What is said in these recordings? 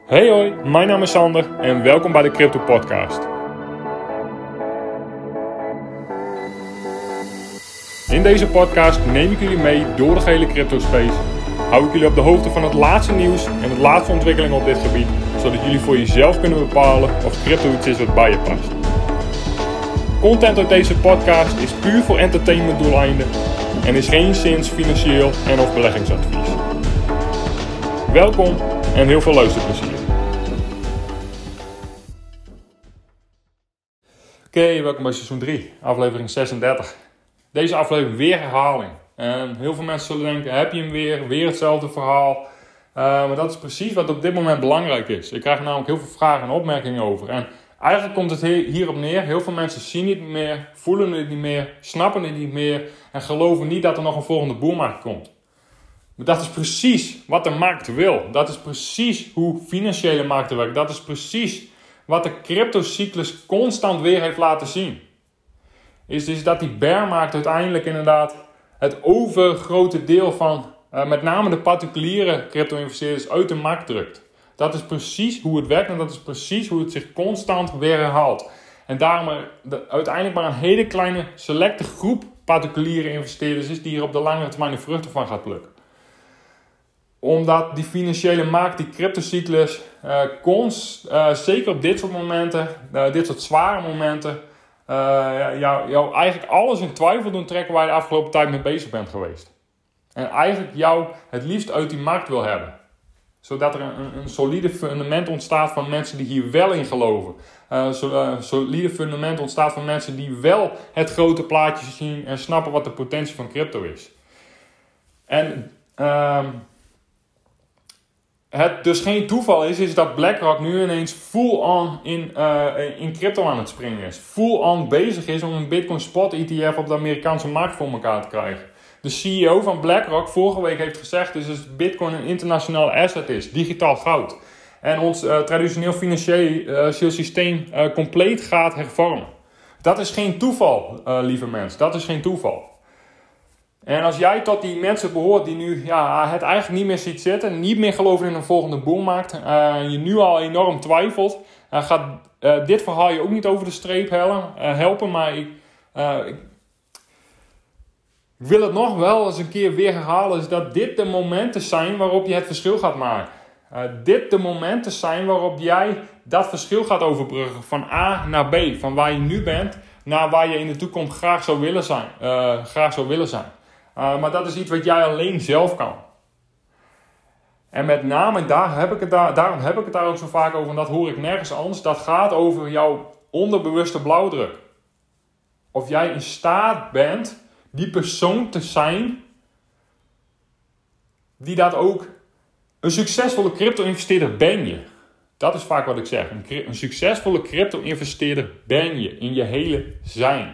Hey hoi, mijn naam is Sander en welkom bij de Crypto Podcast. In deze podcast neem ik jullie mee door de gehele crypto space. Hou ik jullie op de hoogte van het laatste nieuws en de laatste ontwikkelingen op dit gebied, zodat jullie voor jezelf kunnen bepalen of crypto iets is wat bij je past. Content uit deze podcast is puur voor entertainment doeleinden en is geen zins financieel en of beleggingsadvies. Welkom en heel veel luisterplezier. Oké, welkom bij seizoen 3, aflevering 36. Deze aflevering weer herhaling. En heel veel mensen zullen denken, heb je hem weer hetzelfde verhaal. Maar dat is precies wat op dit moment belangrijk is. Ik krijg er namelijk heel veel vragen en opmerkingen over. En eigenlijk komt het hierop neer, heel veel mensen zien het niet meer, voelen het niet meer, snappen het niet meer en geloven niet dat er nog een volgende boelmarkt komt. Maar dat is precies wat de markt wil. Dat is precies hoe financiële markten werken. Dat is precies wat de cryptocyclus constant weer heeft laten zien. Is dus dat die bearmarkt uiteindelijk inderdaad het overgrote deel van met name de particuliere crypto-investeerders uit de markt drukt. Dat is precies hoe het werkt en dat is precies hoe het zich constant weer herhaalt. En daarom uiteindelijk maar een hele kleine selecte groep particuliere investeerders is die hier op de langere termijn de vruchten van gaat plukken. Omdat die financiële markt, die cryptocyclus, zeker op dit soort momenten, dit soort zware momenten, jou eigenlijk alles in twijfel doen trekken waar je de afgelopen tijd mee bezig bent geweest. En eigenlijk jou het liefst uit die markt wil hebben. Zodat er een solide fundament ontstaat van mensen die hier wel in geloven. Een solide fundament ontstaat van mensen die wel het grote plaatje zien en snappen wat de potentie van crypto is. En het dus geen toeval is dat BlackRock nu ineens full-on in crypto aan het springen is. Full-on bezig is om een Bitcoin Spot ETF op de Amerikaanse markt voor elkaar te krijgen. De CEO van BlackRock vorige week heeft gezegd dat Bitcoin een internationaal asset is, digitaal goud. En ons traditioneel financieel systeem compleet gaat hervormen. Dat is geen toeval, lieve mensen. Dat is geen toeval. En als jij tot die mensen behoort die nu het eigenlijk niet meer ziet zitten, niet meer geloven in een volgende boelmarkt, je nu al enorm twijfelt, gaat dit verhaal je ook niet over de streep helpen, maar ik wil het nog wel eens een keer weer herhalen, is dat dit de momenten zijn waarop je het verschil gaat maken. Dit de momenten zijn waarop jij dat verschil gaat overbruggen van A naar B, van waar je nu bent naar waar je in de toekomst graag zou willen zijn. Maar dat is iets wat jij alleen zelf kan. En met name daarom heb ik het daar ook zo vaak over. En dat hoor ik nergens anders. Dat gaat over jouw onderbewuste blauwdruk. Of jij in staat bent die persoon te zijn die dat ook... Een succesvolle crypto-investeerder ben je. Dat is vaak wat ik zeg. Een succesvolle crypto-investeerder ben je in je hele zijn.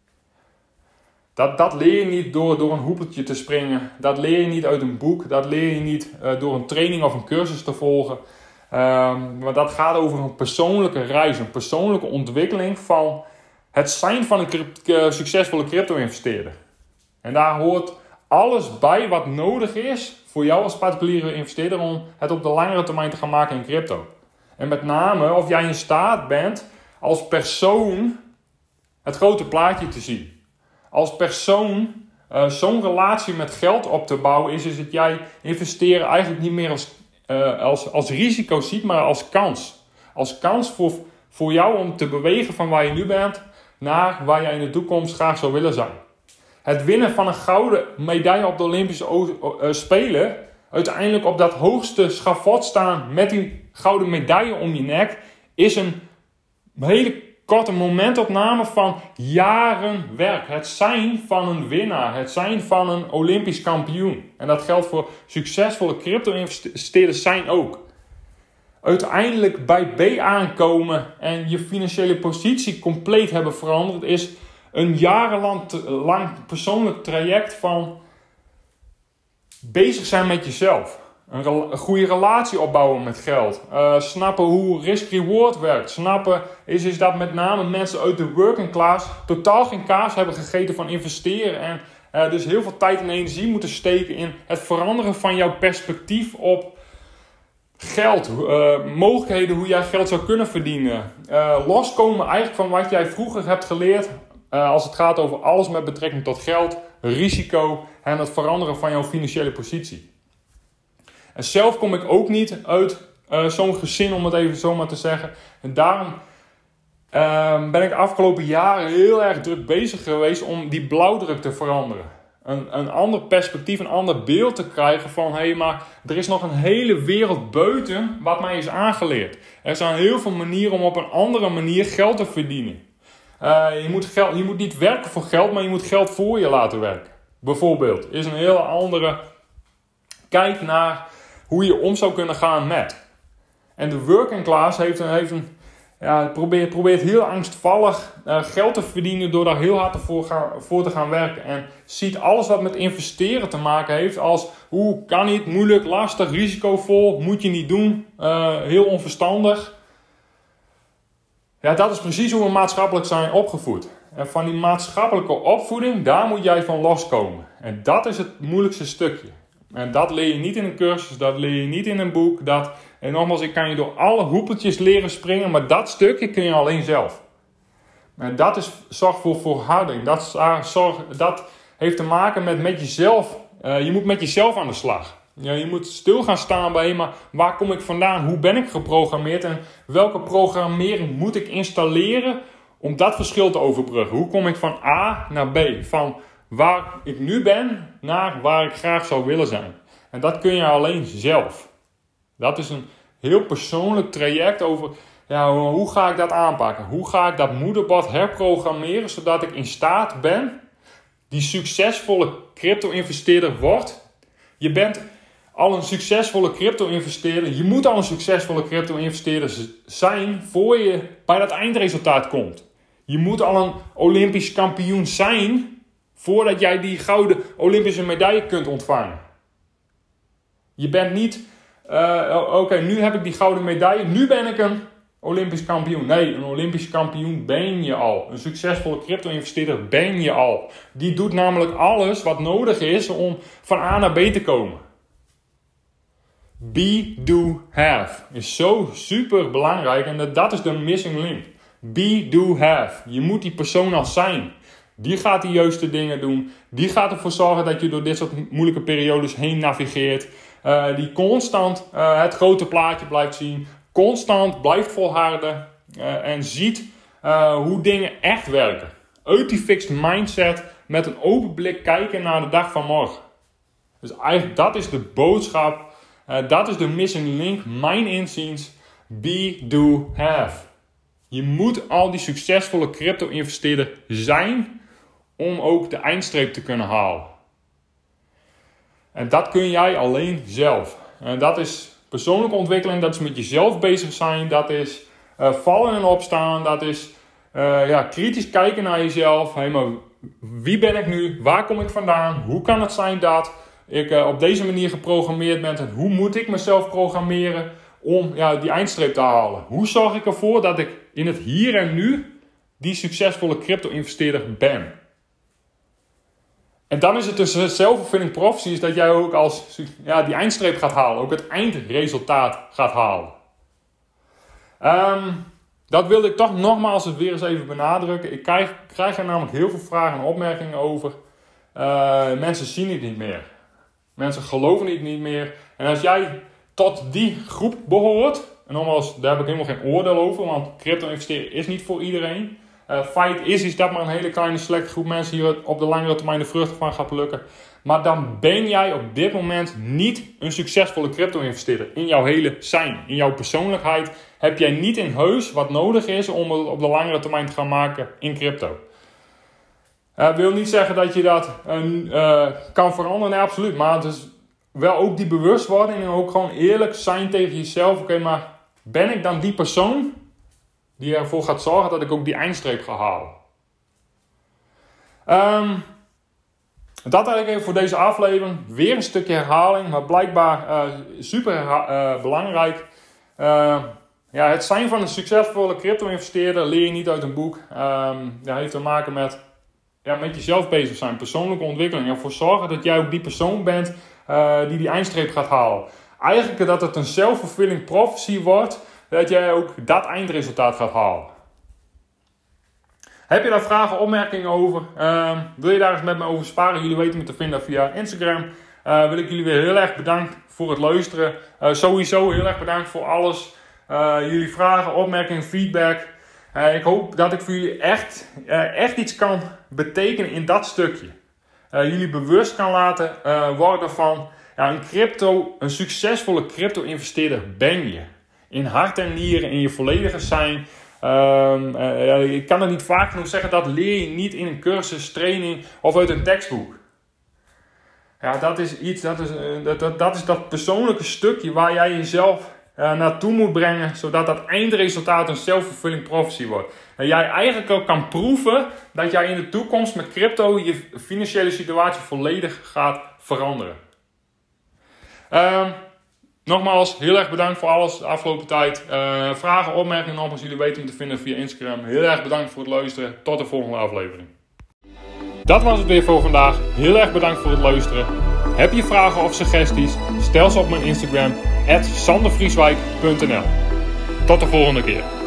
Dat leer je niet door een hoepeltje te springen. Dat leer je niet uit een boek. Dat leer je niet door een training of een cursus te volgen. Maar dat gaat over een persoonlijke reis. Een persoonlijke ontwikkeling van het zijn van een succesvolle crypto-investeerder. En daar hoort alles bij wat nodig is voor jou als particuliere investeerder om het op de langere termijn te gaan maken in crypto. En met name of jij in staat bent als persoon het grote plaatje te zien. Als persoon zo'n relatie met geld op te bouwen is dat jij investeren eigenlijk niet meer als risico ziet, maar als kans. Als kans voor jou om te bewegen van waar je nu bent naar waar jij in de toekomst graag zou willen zijn. Het winnen van een gouden medaille op de Olympische Spelen, uiteindelijk op dat hoogste schavot staan met die gouden medaille om je nek, is een hele korte momentopname van jaren werk. Het zijn van een winnaar. Het zijn van een Olympisch kampioen. En dat geldt voor succesvolle crypto-investeerders zijn ook. Uiteindelijk bij B aankomen en je financiële positie compleet hebben veranderd is een jarenlang persoonlijk traject van bezig zijn met jezelf. Een goede relatie opbouwen met geld. Snappen hoe risk-reward werkt. Snappen is dat met name mensen uit de working class totaal geen kaas hebben gegeten van investeren. En dus heel veel tijd en energie moeten steken in het veranderen van jouw perspectief op Geld, mogelijkheden hoe jij geld zou kunnen verdienen. Loskomen eigenlijk van wat jij vroeger hebt geleerd. Als het gaat over alles met betrekking tot geld, risico en het veranderen van jouw financiële positie. En zelf kom ik ook niet uit zo'n gezin, om het even zo maar te zeggen. En daarom ben ik de afgelopen jaren heel erg druk bezig geweest om die blauwdruk te veranderen. Een ander perspectief, een ander beeld te krijgen van... maar er is nog een hele wereld buiten wat mij is aangeleerd. Er zijn heel veel manieren om op een andere manier geld te verdienen. Je moet niet werken voor geld, maar je moet geld voor je laten werken. Bijvoorbeeld, is een hele andere kijk naar hoe je om zou kunnen gaan met. En de working class probeert heel angstvallig geld te verdienen door daar heel hard voor te gaan werken. En ziet alles wat met investeren te maken heeft als kan niet, moeilijk, lastig, risicovol, moet je niet doen, heel onverstandig. Ja, dat is precies hoe we maatschappelijk zijn opgevoed. En van die maatschappelijke opvoeding, daar moet jij van loskomen. En dat is het moeilijkste stukje. En dat leer je niet in een cursus, dat leer je niet in een boek. En nogmaals, ik kan je door alle hoepeltjes leren springen, maar dat stukje kun je alleen zelf. En dat zorgt voor volharding. Dat heeft te maken met jezelf. Je moet met jezelf aan de slag. Ja, je moet stil gaan staan bij, maar waar kom ik vandaan? Hoe ben ik geprogrammeerd? En welke programmering moet ik installeren om dat verschil te overbruggen? Hoe kom ik van A naar B? Van waar ik nu ben naar waar ik graag zou willen zijn. En dat kun je alleen zelf. Dat is een heel persoonlijk traject over hoe ga ik dat aanpakken? Hoe ga ik dat moederbord herprogrammeren zodat ik in staat ben die succesvolle crypto-investeerder wordt? Je bent al een succesvolle crypto-investeerder. Je moet al een succesvolle crypto-investeerder zijn voor je bij dat eindresultaat komt. Je moet al een Olympisch kampioen zijn voordat jij die gouden Olympische medaille kunt ontvangen. Je bent niet, nu heb ik die gouden medaille, nu ben ik een Olympisch kampioen. Nee, een Olympisch kampioen ben je al. Een succesvolle crypto-investeerder ben je al. Die doet namelijk alles wat nodig is om van A naar B te komen. Be, do, have is zo super belangrijk en dat is de missing link. Be, do, have. Je moet die persoon al zijn. Die gaat de juiste dingen doen. Die gaat ervoor zorgen dat je door dit soort moeilijke periodes heen navigeert. Die constant het grote plaatje blijft zien. Constant blijft volharden. En ziet hoe dingen echt werken. Uit die fixed mindset met een open blik kijken naar de dag van morgen. Dus eigenlijk dat is de boodschap. Dat is de missing link. Mijn inziens. Be, do, have. Je moet al die succesvolle crypto-investeerder zijn om ook de eindstreep te kunnen halen. En dat kun jij alleen zelf. En dat is persoonlijke ontwikkeling, dat is met jezelf bezig zijn, dat is vallen en opstaan, dat is kritisch kijken naar jezelf. Maar wie ben ik nu? Waar kom ik vandaan? Hoe kan het zijn dat ik op deze manier geprogrammeerd ben? En hoe moet ik mezelf programmeren om die eindstreep te halen? Hoe zorg ik ervoor dat ik in het hier en nu die succesvolle crypto-investeerder ben? En dan is het dus self-fulfilling prophecy, is dat jij ook als die eindstreep gaat halen. Ook het eindresultaat gaat halen. Dat wilde ik toch nogmaals weer eens even benadrukken. Ik krijg er namelijk heel veel vragen en opmerkingen over. Mensen zien het niet meer. Mensen geloven het niet meer. En als jij tot die groep behoort, en nogmaals, daar heb ik helemaal geen oordeel over, want crypto investeren is niet voor iedereen. Feit is dat maar een hele kleine selecte groep mensen hier op de langere termijn de vruchten van gaat plukken. Maar dan ben jij op dit moment niet een succesvolle crypto-investeerder. In jouw hele zijn, in jouw persoonlijkheid heb jij niet in huis wat nodig is om het op de langere termijn te gaan maken in crypto. Wil niet zeggen dat je dat kan veranderen, nee, absoluut. Maar het is wel ook die bewustwording en ook gewoon eerlijk zijn tegen jezelf. Oké, maar ben ik dan die persoon die ervoor gaat zorgen dat ik ook die eindstreep ga halen? Dat eigenlijk even voor deze aflevering. Weer een stukje herhaling, maar blijkbaar super belangrijk. Het zijn van een succesvolle crypto-investeerder leer je niet uit een boek. Dat heeft te maken met jezelf bezig zijn, persoonlijke ontwikkeling. Ervoor zorgen dat jij ook die persoon bent die eindstreep gaat halen. eigenlijk dat het een self-fulfilling prophecy wordt, dat jij ook dat eindresultaat gaat halen. Heb je daar vragen, opmerkingen over? Wil je daar eens met me over sparen? Jullie weten me te vinden via Instagram. Wil ik jullie weer heel erg bedanken voor het luisteren. Sowieso heel erg bedankt voor alles. Jullie vragen, opmerkingen, feedback. Ik hoop dat ik voor jullie echt iets kan betekenen in dat stukje. Jullie bewust kan laten worden van een succesvolle crypto-investeerder ben je. In hart en nieren, in je volledige zijn. Ik kan het niet vaak genoeg zeggen, dat leer je niet in een cursus, training of uit een tekstboek. Ja, dat is dat persoonlijke stukje waar jij jezelf naartoe moet brengen, zodat dat eindresultaat een self-fulfilling prophecy wordt. En jij eigenlijk ook kan proeven dat jij in de toekomst met crypto je financiële situatie volledig gaat veranderen. Nogmaals, heel erg bedankt voor alles de afgelopen tijd. Vragen, opmerkingen nogmaals, jullie weten me te vinden via Instagram. Heel erg bedankt voor het luisteren. Tot de volgende aflevering. Dat was het weer voor vandaag. Heel erg bedankt voor het luisteren. Heb je vragen of suggesties? Stel ze op mijn Instagram @sandervrieswijk.nl. Tot de volgende keer.